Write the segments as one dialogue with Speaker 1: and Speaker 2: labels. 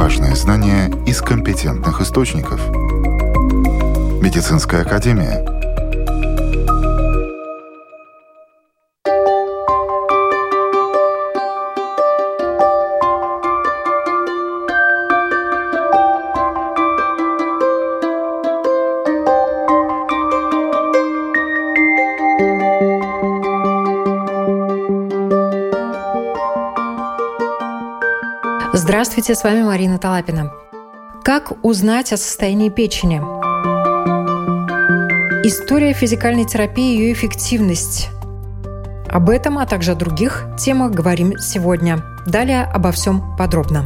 Speaker 1: Важные знания из компетентных источников. Медицинская академия.
Speaker 2: Здравствуйте, с вами Марина Талапина. Как узнать о состоянии печени? История физикальной терапии и ее эффективность. Об этом, а также о других темах говорим сегодня. Далее обо всем подробно.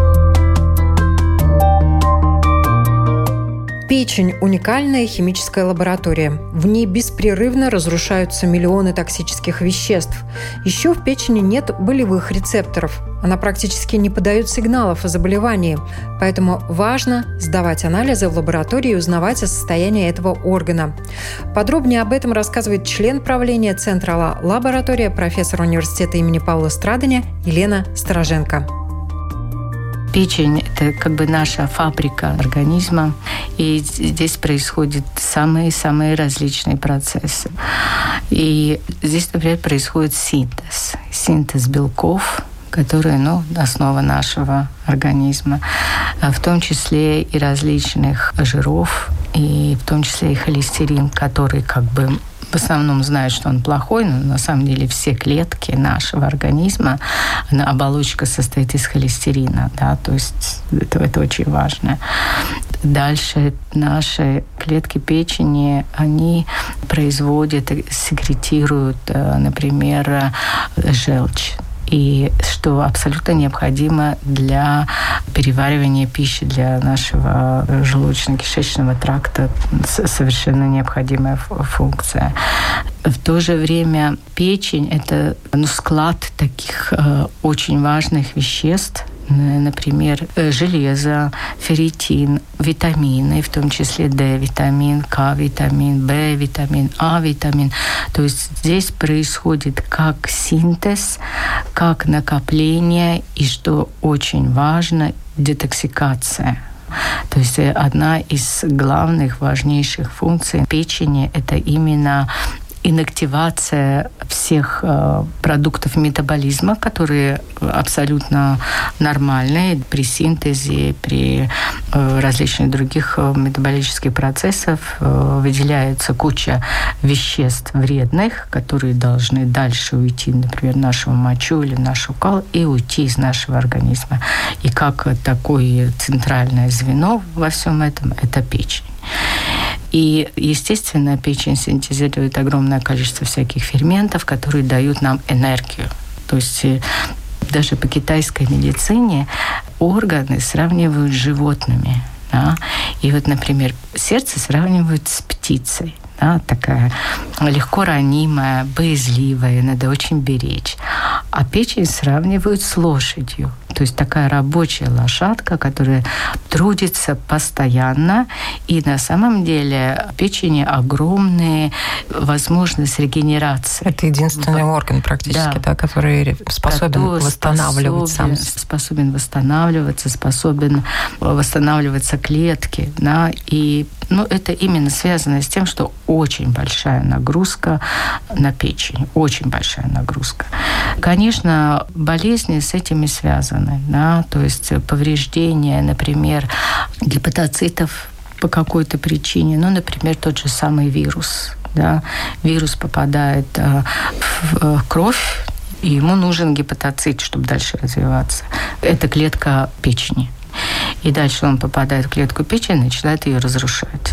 Speaker 2: Печень – уникальная химическая лаборатория. В ней беспрерывно разрушаются миллионы токсических веществ. Еще в печени нет болевых рецепторов. Она практически не подает сигналов о заболевании. Поэтому важно сдавать анализы в лаборатории и узнавать о состоянии этого органа. Подробнее об этом рассказывает член правления Центра лаборатория, профессор университета имени Паула Страдания Елена Стороженко.
Speaker 3: Печень – это как бы наша фабрика организма, и здесь происходят самые различные процессы. И здесь, например, происходит синтез белков, которые, основа нашего организма, в том числе и различных жиров, и в том числе и холестерин, который как бы в основном знают, что он плохой, но на самом деле все клетки нашего организма, оболочка состоит из холестерина, да, то есть это очень важно. Дальше наши клетки печени, они производят, секретируют, например, желчь. И что абсолютно необходимо для переваривания пищи, для нашего желудочно-кишечного тракта, совершенно необходимая функция. В то же время печень – это склад таких очень важных веществ, например, железо, ферритин, витамины, в том числе D-витамин, К-витамин, В-витамин, А-витамин. То есть здесь происходит как синтез, как накопление и, что очень важно, детоксикация. То есть одна из главных, важнейших функций печени – это именно инактивация всех продуктов метаболизма, которые абсолютно нормальные при синтезе, при различных других метаболических процессах. Выделяется куча веществ вредных, которые должны дальше уйти, например, в нашу мочу или в нашу кал, и уйти из нашего организма. И как такое центральное звено во всем этом – это печень. И, естественно, печень синтезирует огромное количество всяких ферментов, которые дают нам энергию. То есть даже по китайской медицине органы сравнивают с животными. Да? И вот, например, сердце сравнивают с птицей. Да, такая легко ранимая, боязливая, надо очень беречь. А печень сравнивают с лошадью. То есть такая рабочая лошадка, которая трудится постоянно. И на самом деле в печени огромные возможности регенерации.
Speaker 2: Это единственный орган практически, да, который способен восстанавливаться.
Speaker 3: Способен восстанавливаться, способен восстанавливаться клетки. Да, и это именно связано с тем, что очень большая нагрузка на печень. Очень большая нагрузка. Конечно, болезни с этими связаны. Да? То есть повреждение, например, гепатоцитов по какой-то причине. Например, тот же самый вирус. Да? Вирус попадает в кровь, и ему нужен гепатоцит, чтобы дальше развиваться. Это клетка печени. И дальше он попадает в клетку печени и начинает ее разрушать.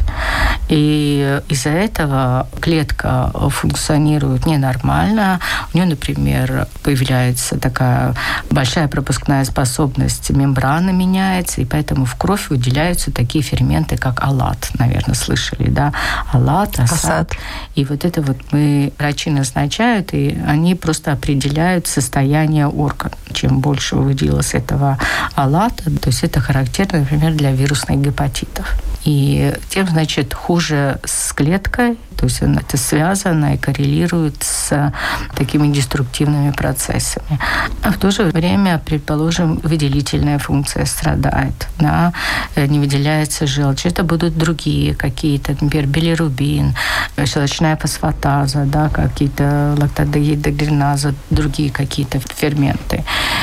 Speaker 3: И из-за этого клетка функционирует ненормально. У нее, например, появляется такая большая пропускная способность, мембрана меняется, и поэтому в кровь выделяются такие ферменты, как алат. Наверное, слышали, да? Алат, асад. И вот это вот врачи назначают, и они просто определяют состояние органа. Чем больше выделилось этого алата, то есть это характерно, например, для вирусных гепатитов. И тем, значит, хуже с клеткой, То есть это связано и коррелирует с такими деструктивными процессами. А в то же время, предположим, выделительная функция страдает, да, не выделяется желчь. Это будут другие какие-то, например, билирубин, щелочная фосфатаза, да, какие-то лактатогидогеназа, другие какие-то ферменты.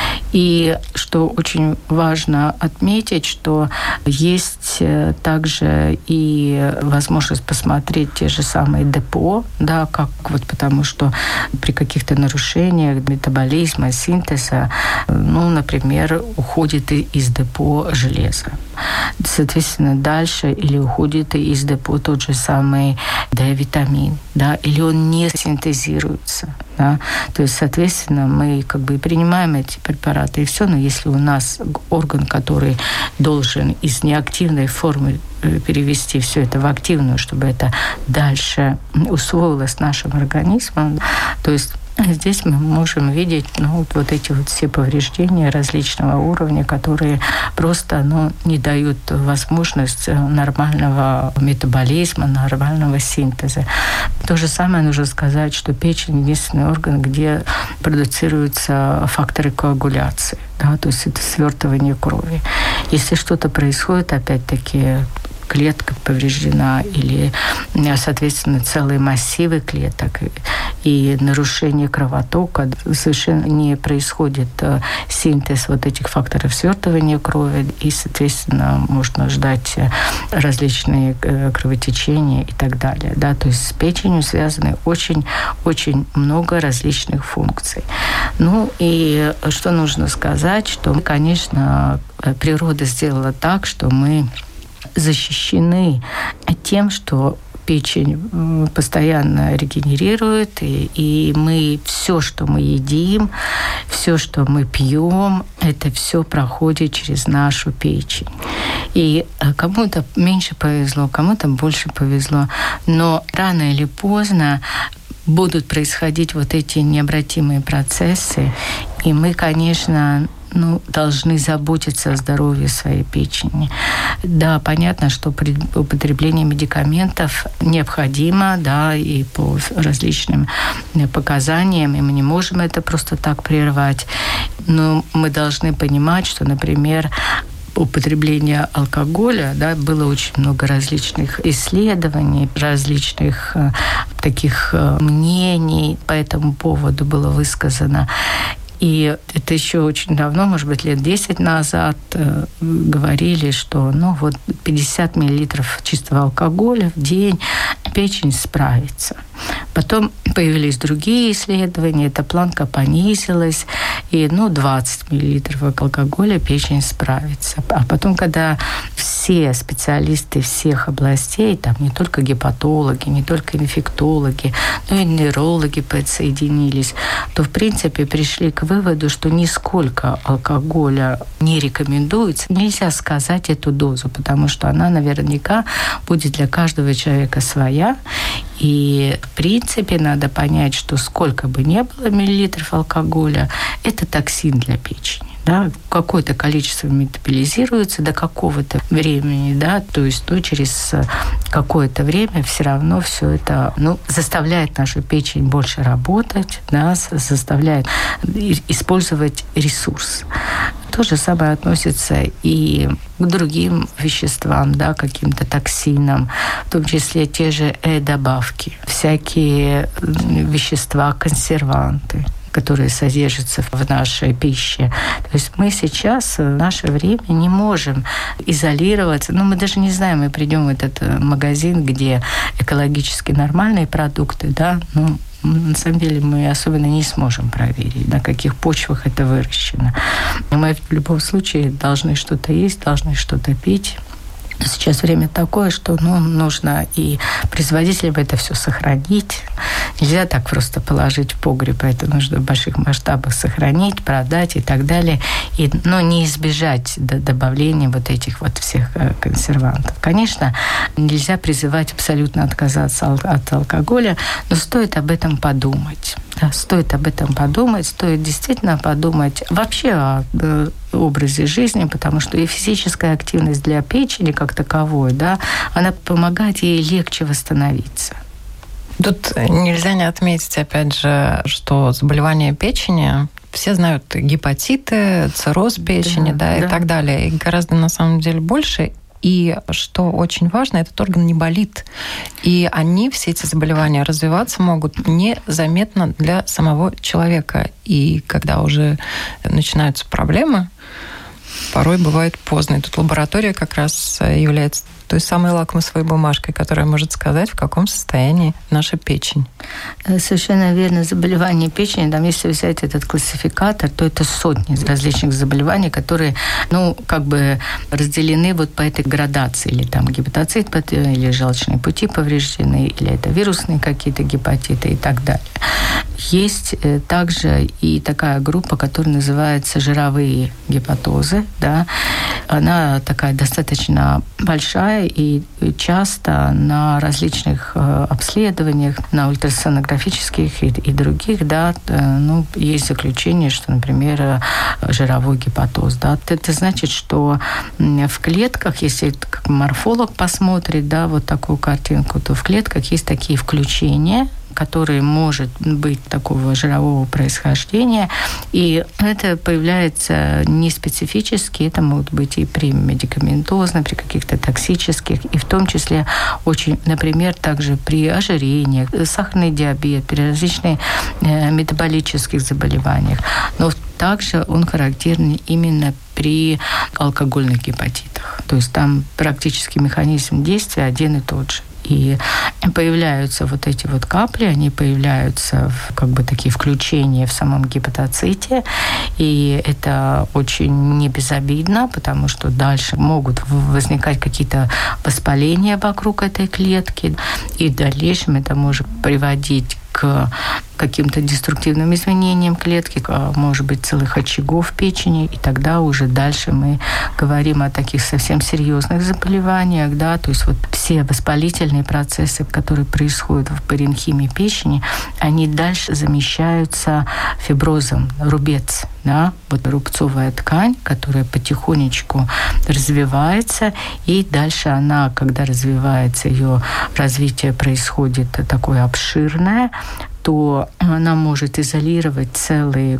Speaker 3: И что очень важно отметить, что есть также и возможность посмотреть те же самые депо, да, как вот потому что при каких-то нарушениях метаболизма, синтеза, ну, например, уходит из депо железо. Соответственно, дальше или уходит из депо тот же самый D-витамин, да, или он не синтезируется. Да? То есть, соответственно, мы как бы принимаем эти препараты и все, но если у нас орган, который должен из неактивной формы перевести все это в активную, чтобы это дальше усвоилось нашим организмом, то есть здесь мы можем видеть вот эти вот все повреждения различного уровня, которые просто не дают возможность нормального метаболизма, нормального синтеза. То же самое нужно сказать, что печень – единственный орган, где продуцируются факторы коагуляции. Да, то есть это свертывание крови. Если что-то происходит, опять-таки, клетка повреждена или, соответственно, целые массивы клеток и нарушение кровотока, совершенно не происходит синтез вот этих факторов свертывания крови, и, соответственно, можно ждать различные кровотечения и так далее. Да? То есть с печенью связаны очень много различных функций. Ну и что нужно сказать, что, конечно, природа сделала так, что мы защищены тем, что печень постоянно регенерирует, и мы все, что мы едим, все, что мы пьем, это все проходит через нашу печень. И кому-то меньше повезло, кому-то больше повезло, но рано или поздно будут происходить вот эти необратимые процессы, и мы, конечно, должны заботиться о здоровье своей печени. Да, понятно, что употребление медикаментов необходимо, да, и по различным показаниям, и мы не можем это просто так прервать. Но мы должны понимать, что, например, употребление алкоголя, да, было очень много различных исследований, различных таких мнений по этому поводу было высказано. И это еще очень давно, может быть, лет 10 назад говорили, что 50 миллилитров чистого алкоголя в день печень справится. Потом появились другие исследования, эта планка понизилась, и 20 миллилитров алкоголя печень справится. А потом, когда все специалисты всех областей, там не только гепатологи, не только инфектологи, но и нейрологи подсоединились, то, в принципе, пришли к выводу, что нисколько алкоголя не рекомендуется. Нельзя сказать эту дозу, потому что она наверняка будет для каждого человека своя. И, в принципе, надо понять, что сколько бы ни было миллилитров алкоголя, это токсин для печени. Да, какое-то количество метаболизируется до какого-то времени, да, то есть через какое-то время все равно все это заставляет нашу печень больше работать, да, заставляет использовать ресурс. То же самое относится и к другим веществам, да, каким-то токсинам, в том числе те же добавки, всякие вещества, консерванты, которые содержатся в нашей пище. То есть мы сейчас в наше время не можем изолироваться. Мы даже не знаем, мы придем в этот магазин, где экологически нормальные продукты, да, на самом деле мы особенно не сможем проверить, на каких почвах это выращено. Мы в любом случае должны что-то есть, должны что-то пить. Сейчас время такое, что нужно и производителям это все сохранить. Нельзя так просто положить в погреб. Это нужно в больших масштабах сохранить, продать и так далее. И, не избежать добавления вот этих вот всех консервантов. Конечно, нельзя призывать абсолютно отказаться от алкоголя, но стоит об этом подумать. Да, стоит об этом подумать, стоит действительно подумать вообще о образе жизни, потому что и физическая активность для печени как таковой, да, она помогает ей легче восстановиться.
Speaker 2: Тут нельзя не отметить, опять же, что заболевания печени, все знают гепатиты, цирроз печени, да, и так далее. И гораздо, на самом деле, больше. И что очень важно, этот орган не болит. И они, все эти заболевания, развиваться могут незаметно для самого человека. И когда уже начинаются проблемы, порой бывает поздно. И тут лаборатория как раз является той самой лакмусовой бумажкой, которая может сказать, в каком состоянии наша печень.
Speaker 3: Совершенно верно. Заболевания печени, там, если взять этот классификатор, то это сотни различных заболеваний, которые, разделены вот по этой градации. Или там гепатоцит, или желчные пути повреждены, или это вирусные какие-то гепатиты и так далее. Есть также и такая группа, которая называется жировые гепатозы. Да? Она такая достаточно большая, и часто на различных обследованиях, на ультрасонографических и других, да, есть заключение, что, например, жировой гепатоз. Да? Это значит, что в клетках, если как морфолог посмотрит, да, вот такую картинку, то в клетках есть такие включения, который может быть такого жирового происхождения. И это появляется не специфически, это могут быть и при медикаментозных, при каких-то токсических, и в том числе очень, например, также при ожирении, сахарный диабет, при различных метаболических заболеваниях. Но также он характерен именно при алкогольных гепатитах. То есть там практически механизм действия один и тот же. И появляются вот эти вот капли, они появляются такие включения в самом гепатоците, и это очень не безобидно, потому что дальше могут возникать какие-то воспаления вокруг этой клетки, и в дальнейшем это может приводить к каким-то деструктивным изменениям клетки, может быть, целых очагов печени, и тогда уже дальше мы говорим о таких совсем серьезных заболеваниях, да, то есть вот все воспалительные процессы, которые происходят в паренхиме печени, они дальше замещаются фиброзом, рубец, да, вот рубцовая ткань, которая потихонечку развивается, и дальше она, когда развивается, ее развитие происходит такое обширное, то она может изолировать целые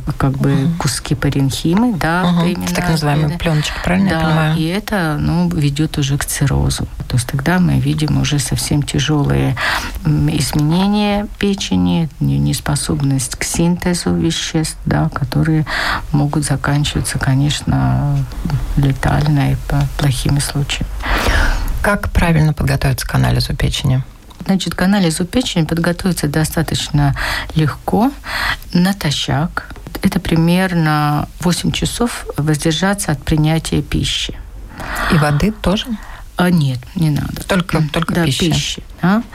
Speaker 3: куски паренхимы, да,
Speaker 2: так называемые пленочки, правильно я понимаю?
Speaker 3: И это ведет уже к циррозу. То есть тогда мы видим уже совсем тяжелые изменения печени, неспособность к синтезу веществ, да, которые могут заканчиваться, конечно, летально и плохими случаями.
Speaker 2: Как правильно подготовиться к анализу печени?
Speaker 3: Значит, к анализу печени подготовиться достаточно легко натощак. Это примерно 8 часов воздержаться от принятия пищи.
Speaker 2: И воды тоже?
Speaker 3: Нет, не надо.
Speaker 2: Только пища.
Speaker 3: Пищи. Да?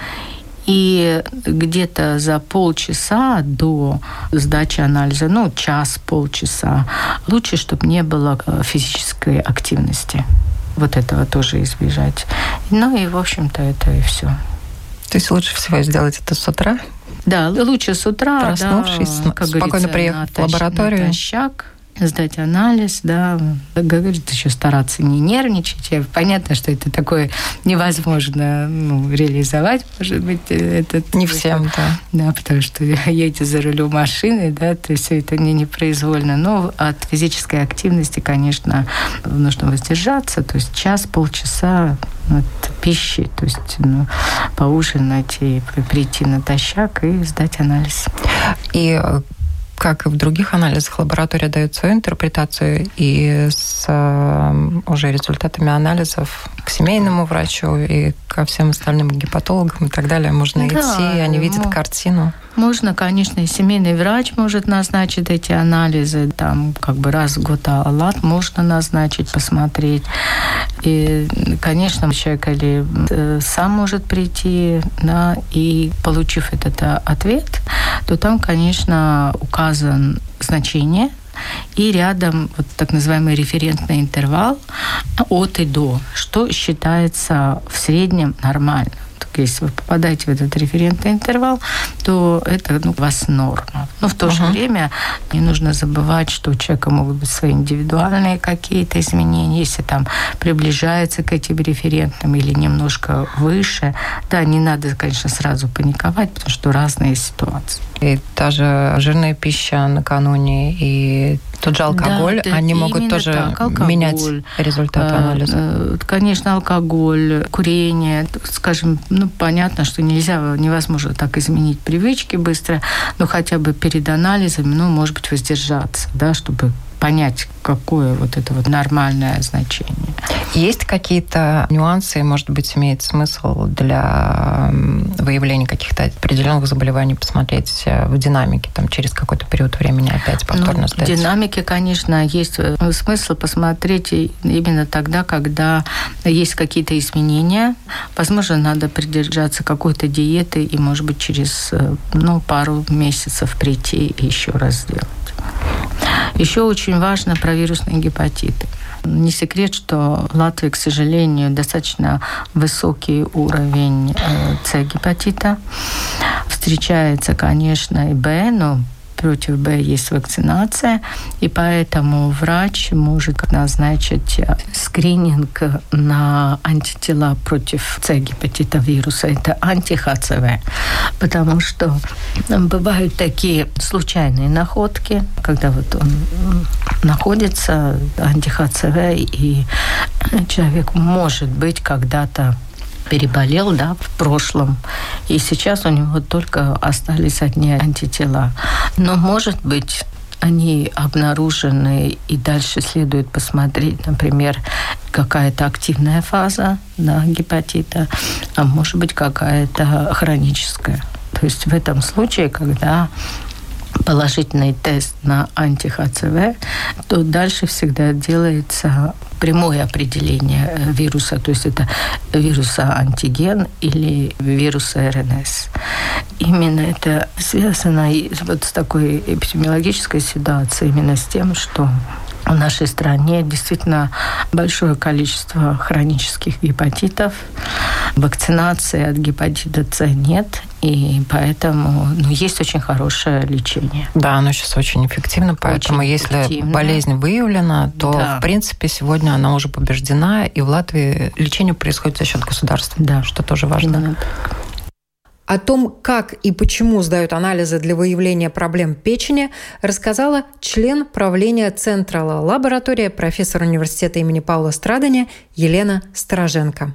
Speaker 3: И где-то за полчаса до сдачи анализа, час-полчаса, лучше, чтобы не было физической активности. Вот этого тоже избежать. И, в общем-то, это и все.
Speaker 2: То есть лучше всего сделать это с утра?
Speaker 3: Да, лучше с утра.
Speaker 2: Проснувшись,
Speaker 3: да,
Speaker 2: спокойно приехать в лабораторию.
Speaker 3: Натощак, сдать анализ, да. Как говорится, еще стараться не нервничать. Понятно, что это такое невозможно реализовать, может быть. Это
Speaker 2: не всем, да.
Speaker 3: Да, потому что едете за рулем машины, да, то есть все это не непроизвольно. Но от физической активности, конечно, нужно воздержаться. То есть час-полчаса от пищи, то есть поужинать и прийти натощак и сдать анализ.
Speaker 2: И как и в других анализах, лаборатория дает свою интерпретацию, и с уже результатами анализов к семейному врачу и ко всем остальным гепатологам и так далее можно идти, и они видят картину.
Speaker 3: Можно, конечно, и семейный врач может назначить эти анализы, там раз в год АЛАТ можно назначить, посмотреть. И, конечно, человек или сам может прийти, да, и получив этот ответ, то там, конечно, указан значение, и рядом вот так называемый референтный интервал от и до, что считается в среднем нормально. если вы попадаете в этот референтный интервал, то это у вас норма. Но в то же время не нужно забывать, что у человека могут быть свои индивидуальные какие-то изменения, если там приближается к этим референтным или немножко выше. Да, не надо, конечно, сразу паниковать, потому что разные ситуации.
Speaker 2: И та же жирная пища накануне и тот же алкоголь, да, они могут тоже менять результаты анализа.
Speaker 3: Конечно, алкоголь, курение, скажем, понятно, что невозможно так изменить привычки быстро, но хотя бы перед анализом, может быть, воздержаться, да, чтобы понять, какое это нормальное значение.
Speaker 2: Есть какие-то нюансы, может быть, имеет смысл для выявления каких-то определенных заболеваний посмотреть в динамике, через какой-то период времени опять повторно сдать?
Speaker 3: В динамике, конечно, есть смысл посмотреть именно тогда, когда есть какие-то изменения. Возможно, надо придержаться какой-то диеты и, может быть, через пару месяцев прийти и еще раз сделать. Еще очень важно про вирусные гепатиты. Не секрет, что в Латвии, к сожалению, достаточно высокий уровень С-гепатита. Встречается, конечно, и Б, но против Б есть вакцинация, и поэтому врач может назначить скрининг на антитела против С-гепатита вируса. Это анти-ХЦВ, потому что бывают такие случайные находки, когда он находится, анти-ХЦВ, и человек, может быть, когда-то переболел, в прошлом, и сейчас у него только остались одни антитела. Но, может быть, они обнаружены, и дальше следует посмотреть, например, какая-то активная фаза гепатита, а может быть, какая-то хроническая. То есть в этом случае, когда положительный тест на анти-ХЦВ, то дальше всегда делается прямое определение вируса, то есть это вируса антиген или вируса РНС. Именно это связано с такой эпидемиологической ситуацией, именно с тем, что в нашей стране действительно большое количество хронических гепатитов. Вакцинации от гепатита С нет, и поэтому есть очень хорошее лечение.
Speaker 2: Да, оно сейчас очень эффективно, поэтому очень если эффективно. Болезнь выявлена, то, в принципе, сегодня она уже побеждена, и в Латвии лечение происходит за счет государства, что тоже важно.
Speaker 3: Да.
Speaker 2: О том, как и почему сдают анализы для выявления проблем печени, рассказала член правления Центра лаборатории, профессор университета имени Паула Страдания Елена Стороженко.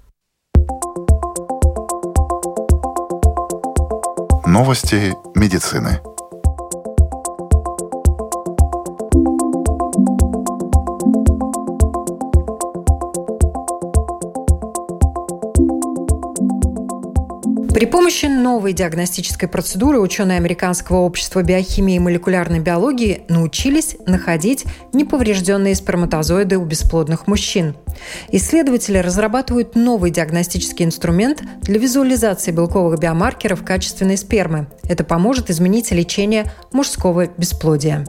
Speaker 1: Новости медицины.
Speaker 2: При помощи новой диагностической процедуры ученые Американского общества биохимии и молекулярной биологии научились находить неповрежденные сперматозоиды у бесплодных мужчин. Исследователи разрабатывают новый диагностический инструмент для визуализации белковых биомаркеров качественной спермы. Это поможет изменить лечение мужского бесплодия.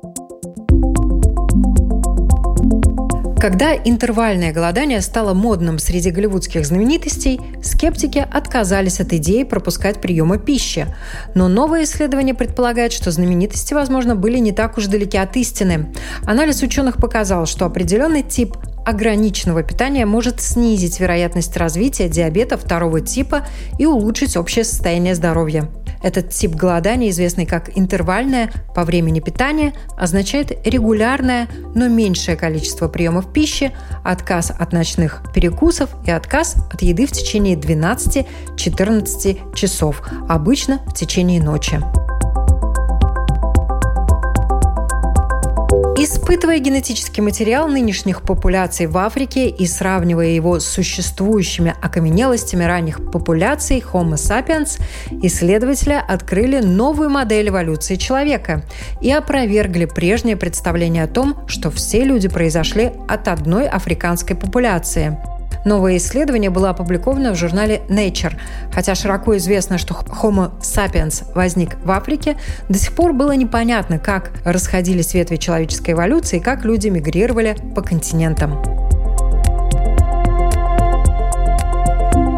Speaker 2: Когда интервальное голодание стало модным среди голливудских знаменитостей, скептики отказались от идеи пропускать приемы пищи. Но новое исследование предполагает, что знаменитости, возможно, были не так уж далеки от истины. Анализ ученых показал, что определенный тип ограниченного питания может снизить вероятность развития диабета второго типа и улучшить общее состояние здоровья. Этот тип голодания, известный как интервальное по времени питания, означает регулярное, но меньшее количество приемов пищи, отказ от ночных перекусов и отказ от еды в течение 12-14 часов, обычно в течение ночи. Испытывая генетический материал нынешних популяций в Африке и сравнивая его с существующими окаменелостями ранних популяций Homo sapiens, исследователи открыли новую модель эволюции человека и опровергли прежнее представление о том, что все люди произошли от одной африканской популяции. Новое исследование было опубликовано в журнале Nature. Хотя широко известно, что Homo sapiens возник в Африке, до сих пор было непонятно, как расходились ветви человеческой эволюции и как люди мигрировали по континентам.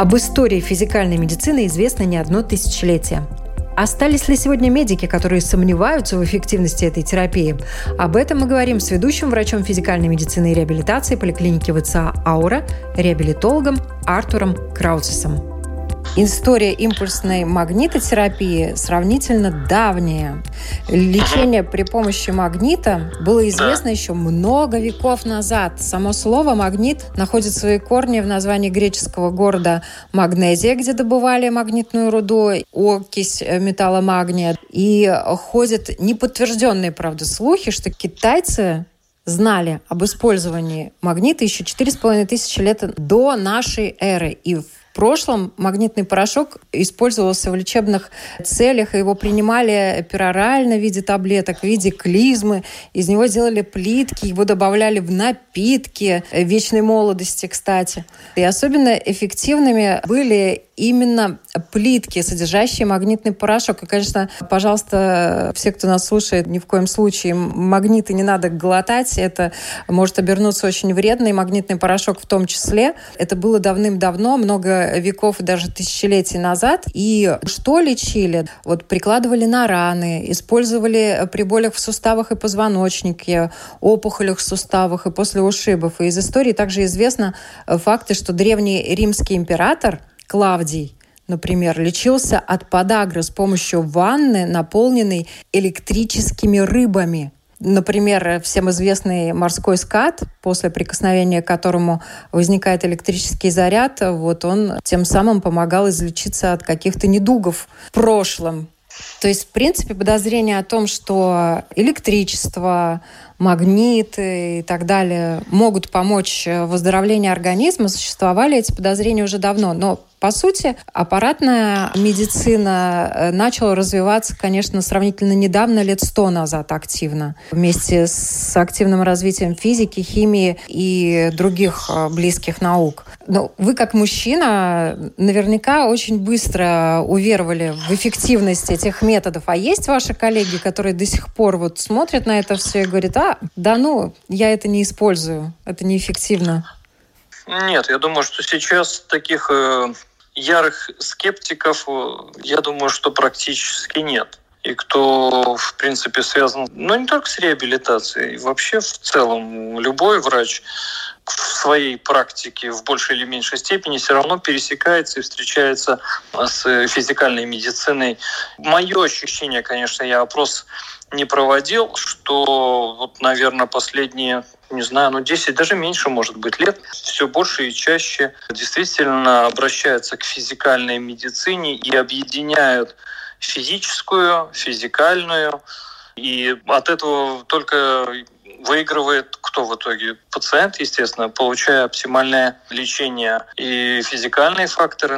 Speaker 2: Об истории физикальной медицины известно не одно тысячелетие. Остались ли сегодня медики, которые сомневаются в эффективности этой терапии? Об этом мы говорим с ведущим врачом физикальной медицины и реабилитации поликлиники ВЦА «Аура», реабилитологом Артуром Крауцесом. История импульсной магнитотерапии сравнительно давняя. Лечение при помощи магнита было известно еще много веков назад. Само слово «магнит» находит свои корни в названии греческого города Магнезия, где добывали магнитную руду, окись металла магния. И ходят неподтвержденные, правда, слухи, что китайцы знали об использовании магнита еще 4500 лет до нашей эры. И в прошлом магнитный порошок использовался в лечебных целях, и его принимали перорально в виде таблеток, в виде клизмы. Из него делали плитки, его добавляли в напитки вечной молодости, кстати. И особенно эффективными были именно плитки, содержащие магнитный порошок. И, конечно, пожалуйста, все, кто нас слушает, ни в коем случае магниты не надо глотать. Это может обернуться очень вредно, и магнитный порошок в том числе. Это было давным-давно, много веков и даже тысячелетий назад. И что лечили? Вот прикладывали на раны, использовали при болях в суставах и позвоночнике, опухолях в суставах и после ушибов. И из истории также известно факты, что древний римский император Клавдий, например, лечился от подагры с помощью ванны, наполненной электрическими рыбами. Например, всем известный морской скат, после прикосновения к которому возникает электрический заряд, вот он тем самым помогал излечиться от каких-то недугов в прошлом. То есть, в принципе, подозрение о том, что электричество, магниты и так далее могут помочь выздоровлению организма, существовали эти подозрения уже давно. Но, по сути, аппаратная медицина начала развиваться, конечно, сравнительно недавно, лет 100 назад активно, вместе с активным развитием физики, химии и других близких наук. Но вы, как мужчина, наверняка очень быстро уверовали в эффективность этих методов. А есть ваши коллеги, которые до сих пор вот смотрят на это все и говорят: я это не использую, это неэффективно?
Speaker 4: Нет, я думаю, что сейчас таких ярых скептиков, я думаю, что практически нет. И кто, в принципе, связан, не только с реабилитацией, вообще в целом любой врач в своей практике в большей или меньшей степени все равно пересекается и встречается с физикальной медициной. Мое ощущение, конечно, я опрос не проводил, что, наверное, последние, 10, даже меньше, может быть, лет, все больше и чаще действительно обращаются к физикальной медицине и объединяют физическую, физикальную. И от этого только выигрывает кто в итоге? Пациент, естественно, получая оптимальное лечение. И физикальные факторы,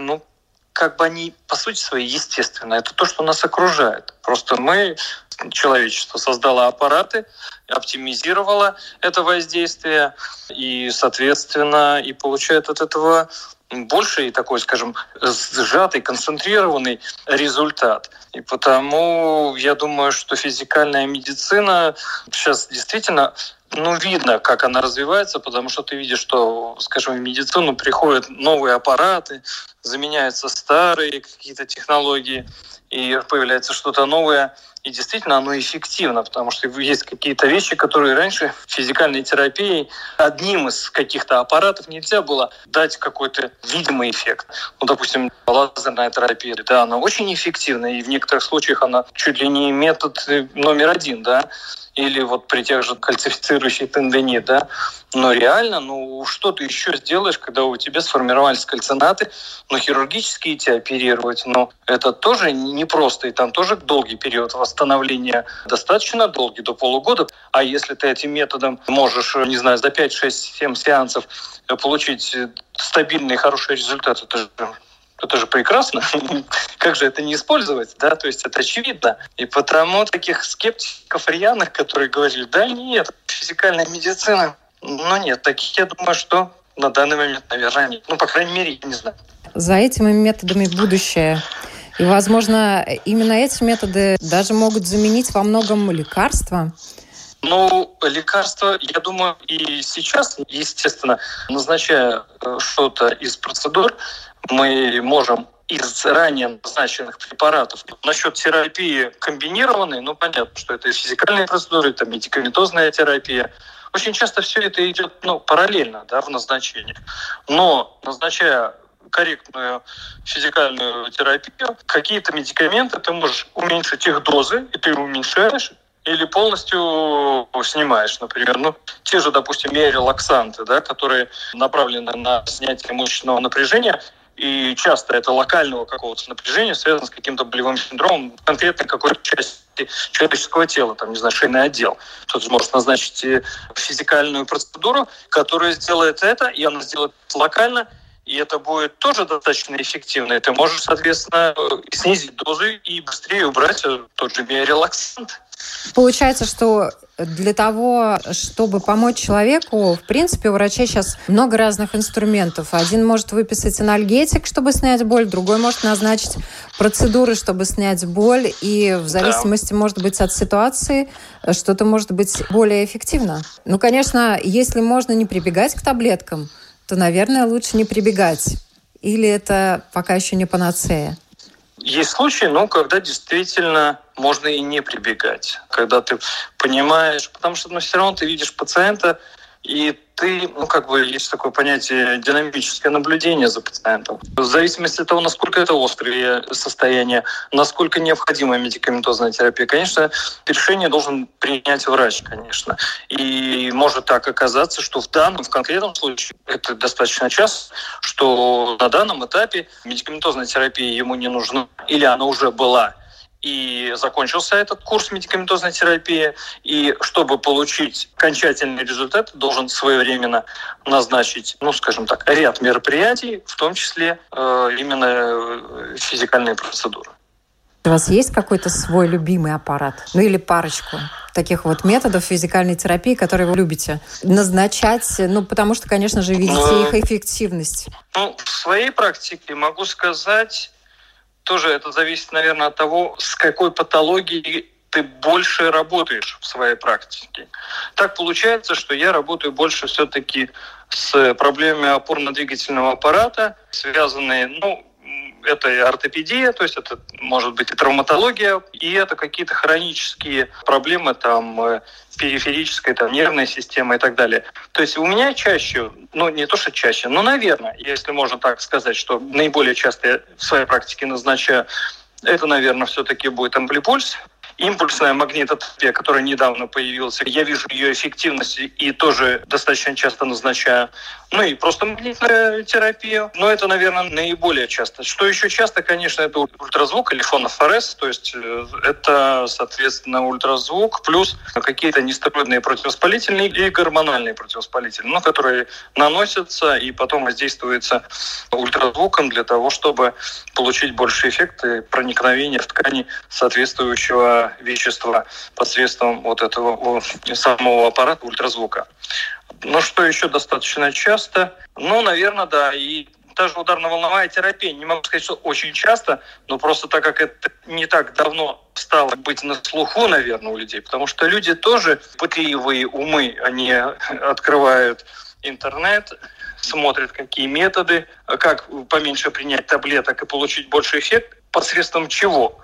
Speaker 4: они, по сути своей, естественно. Это то, что нас окружает. Просто человечество создало аппараты, оптимизировало это воздействие и, соответственно, и получает от этого больший такой, скажем, сжатый, концентрированный результат. И потому я думаю, что физикальная медицина сейчас действительно видно, как она развивается, потому что ты видишь, что, скажем, в медицину приходят новые аппараты, заменяются старые какие-то технологии, и появляется что-то новое. И действительно оно эффективно, потому что есть какие-то вещи, которые раньше в физикальной терапии одним из каких-то аппаратов нельзя было дать какой-то видимый эффект. Допустим, лазерная терапия, она очень эффективна, и в некоторых случаях она чуть ли не метод номер 1, или при тех же кальцифицирующей тендинит, Но реально, что ты еще сделаешь, когда у тебя сформировались кальцинаты, хирургически идти оперировать, это тоже непросто, и там тоже долгий период восстановления, достаточно долгий, до полугода. А если ты этим методом можешь, за 5, 6, 7 сеансов получить стабильный, хороший результат, это же прекрасно. Как же это не использовать, То есть это очевидно. И потому таких скептиков рьяных, которые говорили: нет, физикальная медицина, нет, таких, я думаю, что на данный момент, наверное, нет. По крайней мере, я не знаю.
Speaker 2: За этими методами будущее. И, возможно, именно эти методы даже могут заменить во многом лекарства.
Speaker 4: Ну, лекарства, я думаю, и сейчас, естественно, назначая что-то из процедур, мы можем из ранее назначенных препаратов. Насчет терапии комбинированной, понятно, что это и физикальные процедуры, это медикаментозная терапия. Очень часто все это идет параллельно, в назначении. Но назначая корректную физикальную терапию, какие-то медикаменты ты можешь уменьшить их дозы, и ты уменьшаешь, или полностью снимаешь, например. Те же, допустим, миорелаксанты, которые направлены на снятие мышечного напряжения, и часто это локального какого-то напряжения связано с каким-то болевым синдромом конкретно какой-то части человеческого тела, шейный отдел. Кто-то может назначить физикальную процедуру, которая сделает это, и она сделает это локально, и это будет тоже достаточно эффективно. И ты можешь, соответственно, снизить дозы и быстрее убрать тот же миорелаксант.
Speaker 2: Получается, что для того, чтобы помочь человеку, в принципе, у врачей сейчас много разных инструментов. Один может выписать анальгетик, чтобы снять боль, другой может назначить процедуры, чтобы снять боль. И в зависимости, может быть, от ситуации, что-то может быть более эффективно. Конечно, если можно не прибегать к таблеткам, то, наверное, лучше не прибегать. Или это пока еще не панацея?
Speaker 4: Есть случаи, когда действительно можно и не прибегать. Когда ты понимаешь, потому что все равно ты видишь пациента, и ты, есть такое понятие динамическое наблюдение за пациентом. В зависимости от того, насколько это острые состояния, насколько необходима медикаментозная терапия, конечно, решение должен принять врач, конечно. И может так оказаться, что в конкретном случае, это достаточно часто, что на данном этапе медикаментозная терапия ему не нужна, или она уже была, и закончился этот курс медикаментозной терапии, и чтобы получить окончательный результат, должен своевременно назначить, ряд мероприятий, в том числе именно физикальные процедуры.
Speaker 2: У вас есть какой-то свой любимый аппарат? Или парочку таких методов физикальной терапии, которые вы любите назначать? Потому что, конечно же, видите их эффективность.
Speaker 4: В своей практике могу сказать, тоже это зависит, наверное, от того, с какой патологией ты больше работаешь в своей практике. Так получается, что я работаю больше все-таки с проблемами опорно-двигательного аппарата, связанные, это и ортопедия, то есть это может быть и травматология, и это какие-то хронические проблемы, периферической, нервной системы и так далее. То есть у меня чаще, не то что чаще, но, наверное, если можно так сказать, что наиболее часто я в своей практике назначаю, это, наверное, все-таки будет амплипульс. Импульсная магнитотерапия, которая недавно появилась, я вижу ее эффективность и тоже достаточно часто назначаю. И просто магнитная терапия. Но это, наверное, наиболее часто. Что еще часто, конечно, это ультразвук или фонофорез. То есть это, соответственно, ультразвук плюс какие-то нестероидные противовоспалительные и гормональные противовоспалительные, которые наносятся и потом воздействуются ультразвуком для того, чтобы получить больше эффекта проникновения в ткани соответствующего вещества посредством этого самого аппарата ультразвука. Что еще достаточно часто? Наверное, да, и та же ударно-волновая терапия. Не могу сказать, что очень часто, но просто так как это не так давно стало быть на слуху, наверное, у людей, потому что люди тоже, пытливые умы, они открывают интернет, смотрят, какие методы, как поменьше принять таблеток и получить больше эффект, посредством чего?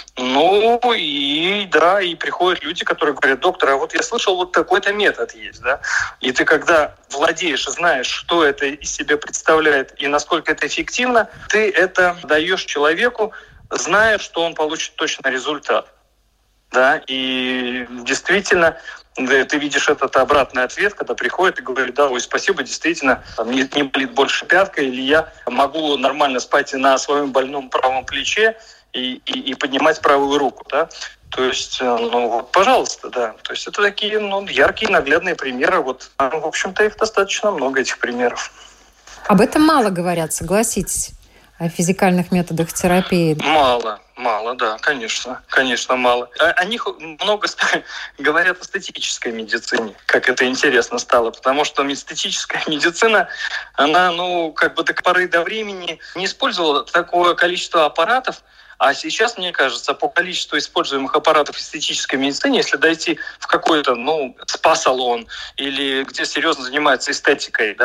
Speaker 4: И приходят люди, которые говорят: доктор, а я слышал, такой-то метод есть, да? И ты, когда владеешь, знаешь, что это из себя представляет и насколько это эффективно, ты это даешь человеку, зная, что он получит точно результат. Да? И действительно, ты видишь этот обратный ответ, когда приходит и говорит: спасибо, действительно, не болит больше пятка, или я могу нормально спать на своем больном правом плече и поднимать правую руку. Да? То есть, пожалуйста, да. То есть это такие яркие, наглядные примеры. В общем-то, их достаточно много, этих примеров.
Speaker 2: Об этом мало говорят, согласитесь, о физикальных методах терапии.
Speaker 4: Мало, да, конечно, мало. О них много говорят в эстетической медицине, как это интересно стало, потому что эстетическая медицина, она, до поры до времени не использовала такое количество аппаратов, А сейчас, мне кажется, по количеству используемых аппаратов в эстетической медицине, если дойти в какой-то, спа-салон или где серьезно занимаются эстетикой,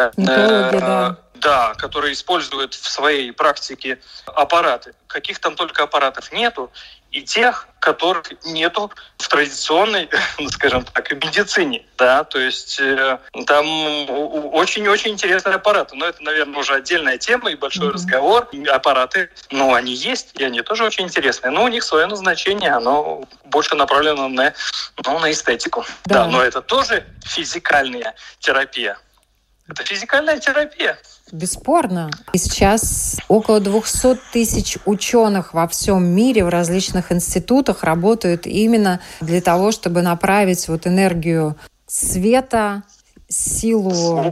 Speaker 4: да, которые используют в своей практике аппараты. Каких там только аппаратов нету, и тех, которых нету в традиционной, скажем так, медицине. Да? То есть там очень-очень интересные аппараты. Но это, наверное, уже отдельная тема и большой разговор. Аппараты, они есть, и они тоже очень интересные. Но у них свое назначение, оно больше направлено на эстетику. Да, но это тоже физикальная терапия. Это физикальная терапия.
Speaker 2: Бесспорно. И сейчас около 200 тысяч ученых во всем мире в различных институтах работают именно для того, чтобы направить энергию света, силу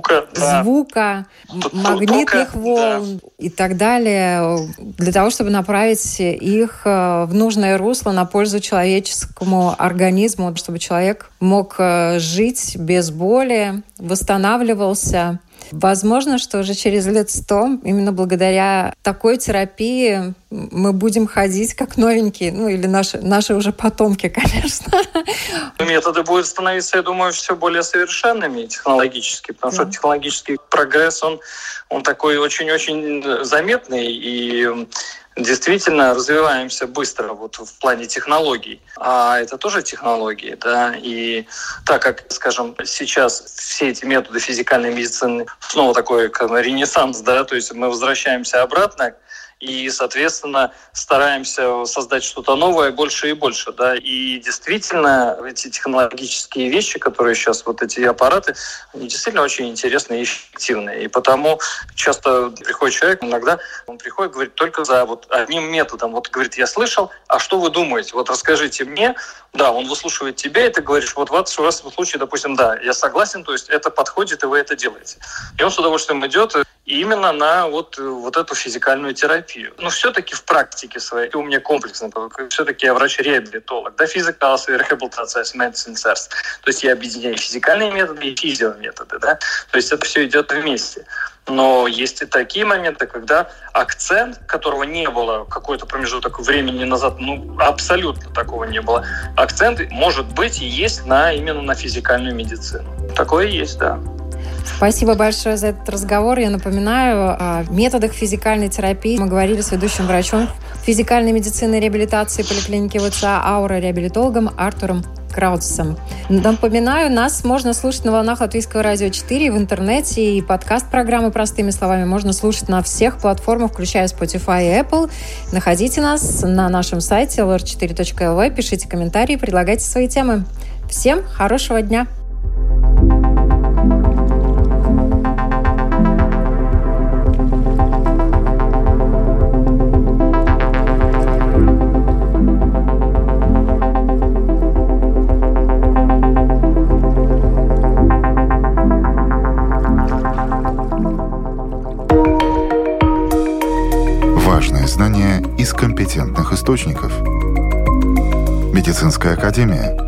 Speaker 2: звука, магнитных волн и так далее, для того, чтобы направить их в нужное русло на пользу человеческому организму, чтобы человек мог жить без боли, восстанавливался. Возможно, что уже через лет 100 именно благодаря такой терапии мы будем ходить как новенькие, или наши уже потомки, конечно.
Speaker 4: Методы будут становиться, я думаю, все более совершенными технологически, потому что технологический прогресс, он такой очень-очень заметный, и действительно развиваемся быстро в плане технологий. А это тоже технологии, да, и так как, скажем, сейчас все эти методы физикальной медицины снова такой ренессанс, да, то есть мы возвращаемся обратно и, соответственно, стараемся создать что-то новое больше и больше, да, и действительно эти технологические вещи, которые сейчас, эти аппараты, они действительно очень интересные и эффективные, и потому часто приходит человек, иногда он приходит, говорит только за одним методом, говорит, я слышал, а что вы думаете, расскажите мне, да, он выслушивает тебя, и ты говоришь, в вашем случае, допустим, да, я согласен, то есть это подходит, и вы это делаете. И он с удовольствием идет именно на эту физикальную терапию. Но все-таки в практике своей у меня комплексно, все-таки я врач-реабилитолог, да, Physical Rehabilitation Medicine Service. То есть я объединяю физикальные методы и физиометоды, да, то есть это все идет вместе. Но есть и такие моменты, когда акцент, которого не было какой-то промежуток времени назад, абсолютно такого не было, акцент может быть и есть именно на физикальную медицину. Такое есть, да.
Speaker 2: Спасибо большое за этот разговор. Я напоминаю, о методах физикальной терапии мы говорили с ведущим врачом физикальной медицины и реабилитации поликлиники ВЦА «Аура» реабилитологом Артуром Краутсом. Напоминаю, нас можно слушать на волнах Латвийского радио 4 в интернете, и подкаст программы «Простыми словами» можно слушать на всех платформах, включая Spotify и Apple. Находите нас на нашем сайте lr4.lv, пишите комментарии, предлагайте свои темы. Всем хорошего дня!
Speaker 1: Важные знания из компетентных источников. Медицинская академия.